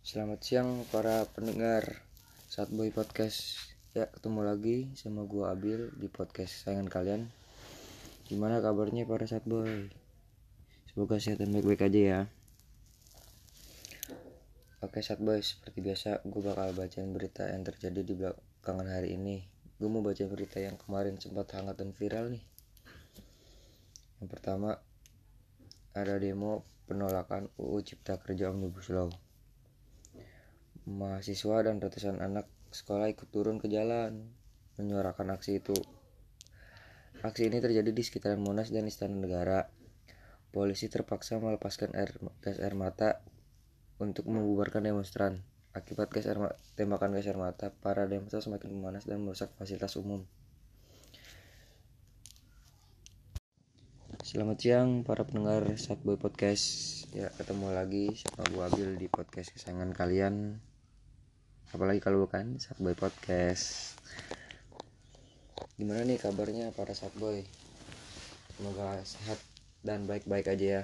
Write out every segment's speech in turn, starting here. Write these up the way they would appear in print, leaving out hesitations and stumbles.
Selamat siang para pendengar Satboy Podcast. Ya, ketemu lagi sama gua Abil di podcast kesayangan kalian. Gimana kabarnya para Satboy? Semoga sehat dan baik-baik aja ya. Oke Satboy, seperti biasa gue bakal bacain berita yang terjadi di belakangan hari ini. Gue mau baca berita yang kemarin sempat hangat dan viral nih. Yang pertama, ada demo penolakan UU Cipta Kerja Omnibus Law. Mahasiswa dan ratusan anak sekolah ikut turun ke jalan menyuarakan aksi itu. Aksi ini terjadi di sekitaran Monas dan Istana Negara. Polisi terpaksa melepaskan gas air mata untuk membubarkan demonstran. Akibat tembakan gas air mata, para demonstran semakin memanas dan merusak fasilitas umum. Selamat siang para pendengar Satboy Podcast. Ya, ketemu lagi sama gue Abil di podcast kesayangan kalian. Apalagi kalau bukan Satboy Podcast. Gimana nih kabarnya para Satboy? Semoga sehat dan baik-baik aja ya.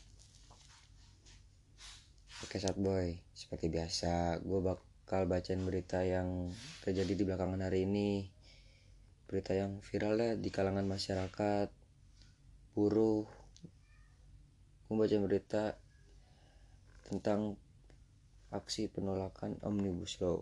Oke Satboy, seperti biasa gue bakal bacain berita yang terjadi di belakangan hari ini. Berita yang viral ya di kalangan masyarakat, buruh. Gue baca berita tentang aksi penolakan Omnibus Law.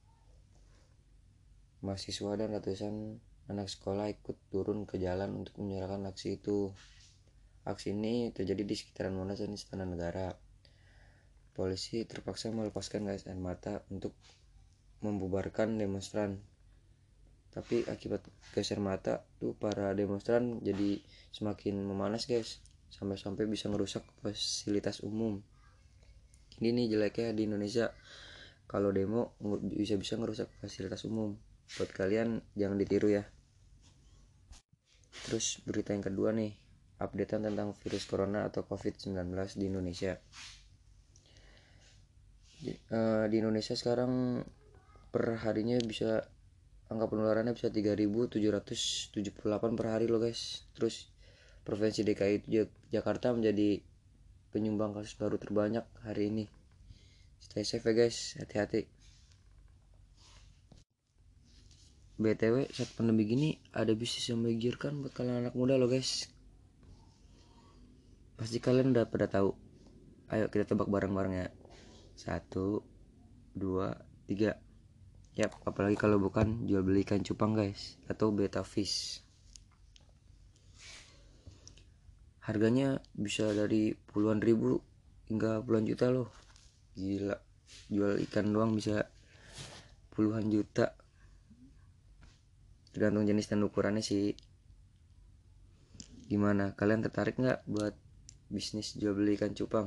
Mahasiswa dan ratusan anak sekolah ikut turun ke jalan untuk menyuarakan aksi itu. Aksi ini terjadi di sekitaran Monas dan Istana Negara. Polisi terpaksa melepaskan gas air mata untuk membubarkan demonstran. Tapi akibat gas air mata tuh para demonstran jadi semakin memanas guys, sampai-sampai bisa merusak fasilitas umum. Ini nih jeleknya di Indonesia, kalau demo bisa ngerusak fasilitas umum. Buat kalian jangan ditiru ya. Terus berita yang kedua nih, updatean tentang virus corona atau COVID-19 di Indonesia. Di Indonesia sekarang per harinya bisa angka penularannya bisa 3.778 per hari loh guys. Terus Provinsi DKI Jakarta menjadi penyumbang kasus baru terbanyak hari ini. Stay safe ya guys, hati-hati. BTW saat pandemi gini ada bisnis yang menggiurkan buat kalian anak muda loh guys. Pasti kalian udah pada tahu. Ayo kita tebak bareng-bareng ya. 1, 2, 3. Yap, apalagi kalau bukan jual beli ikan cupang guys, atau betta fish. Harganya bisa dari puluhan ribu hingga puluhan juta loh. Gila, jual ikan doang bisa puluhan juta. Tergantung jenis dan ukurannya sih. Gimana, kalian tertarik gak buat bisnis jual beli ikan cupang?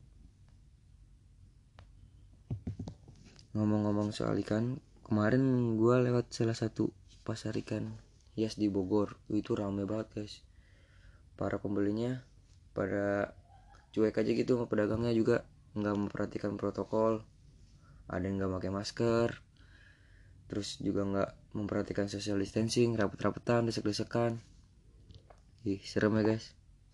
Ngomong-ngomong soal ikan, kemarin gue lewat salah satu pasar ikan hias di Bogor. Itu rame banget guys. Para pembelinya pada cuek aja gitu, sama pedagangnya juga nggak memperhatikan protokol. Ada yang nggak pakai masker, terus juga nggak memperhatikan social distancing, rapet-rapetan, desek-desekan. Ih, serem ya guys.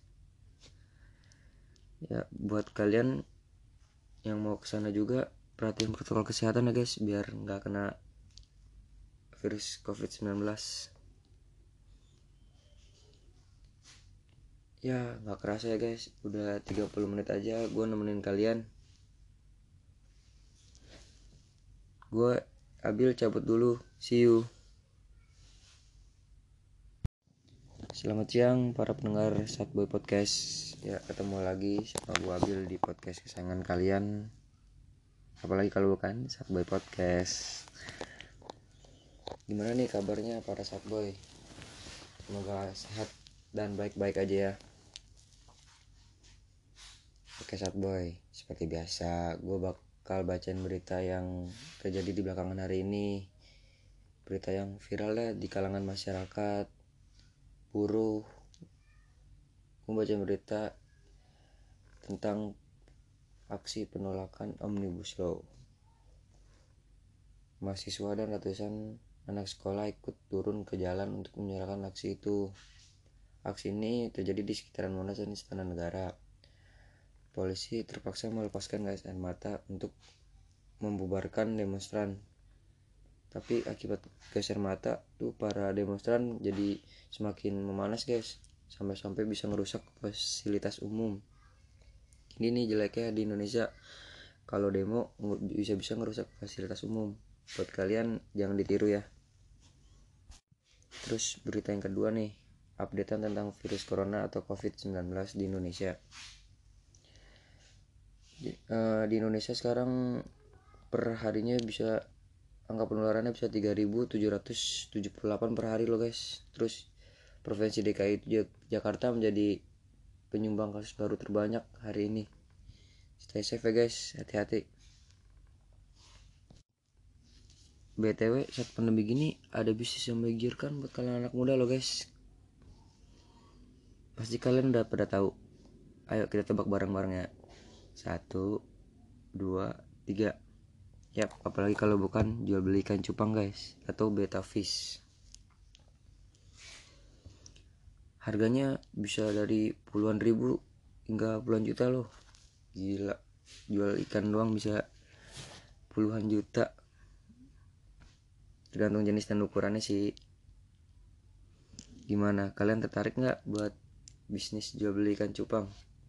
Ya, buat kalian yang mau kesana juga perhatiin protokol kesehatan ya guys, biar nggak kena virus COVID-19. Ya, nggak kerasa ya guys, udah 30 menit aja gue nemenin kalian. Gue Abil cabut dulu, see you. Selamat siang para pendengar Satboy Podcast. Ya, ketemu lagi sama gue Abil di podcast kesayangan kalian. Apalagi kalau bukan Satboy Podcast. Gimana nih kabarnya para Satboy? Semoga sehat dan baik-baik aja ya. Oke Satboy, seperti biasa gue bakal bacain berita yang terjadi di belakangan hari ini. Berita yang viral ya di kalangan masyarakat, buruh. Gue baca berita tentang aksi penolakan Omnibus Law. Mahasiswa dan ratusan anak sekolah ikut turun ke jalan untuk menyuarakan aksi itu. Aksi ini terjadi di sekitaran Monas dan Istana Negara. Polisi terpaksa melepaskan gas air mata untuk membubarkan demonstran. Tapi akibat gas air mata tuh para demonstran jadi semakin memanas guys, sampai-sampai bisa merusak fasilitas umum. Ini nih jeleknya di Indonesia, kalau demo bisa ngerusak fasilitas umum. Buat kalian jangan ditiru ya. Terus berita yang kedua nih, updatean tentang virus corona atau COVID-19 di Indonesia. Di Indonesia sekarang per harinya bisa angka penularannya bisa 3.778 per hari loh guys. Terus Provinsi DKI Jakarta menjadi penyumbang kasus baru terbanyak hari ini. Stay safe ya guys, hati-hati. BTW saat pandemi gini ada bisnis yang menggiurkan buat kalian anak muda loh guys. Pasti kalian udah pada tahu. Ayo kita tebak bareng-bareng ya. 1, 2, 3. Yap, apalagi kalau bukan jual beli ikan cupang guys, atau betta fish. Harganya bisa dari puluhan ribu hingga puluhan juta loh. Gila, jual ikan doang bisa puluhan juta. Tergantung jenis dan ukurannya sih. Gimana, kalian tertarik nggak buat bisnis jual beli ikan cupang?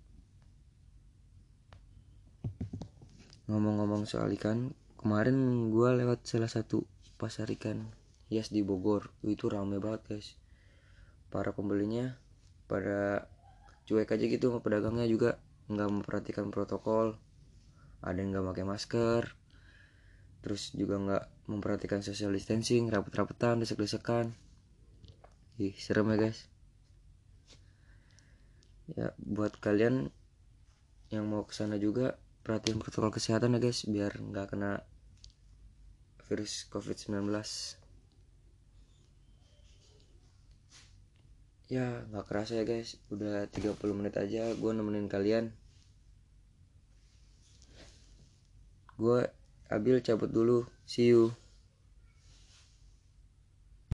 Ngomong-ngomong soal ikan, kemarin gue lewat salah satu pasar ikan hias di Bogor. Itu rame banget guys. Para pembelinya pada cuek aja gitu, sama pedagangnya juga nggak memperhatikan protokol. Ada yang nggak pakai masker, terus juga nggak memperhatikan social distancing, rapet-rapetan, desek-desekan. Ih, serem ya guys. Ya buat kalian yang mau kesana juga perhatiin protokol kesehatan ya guys, biar nggak kena virus COVID-19. Ya nggak kerasa ya guys, udah 30 menit aja gue nemenin kalian. Gue Abil cabut dulu, see you.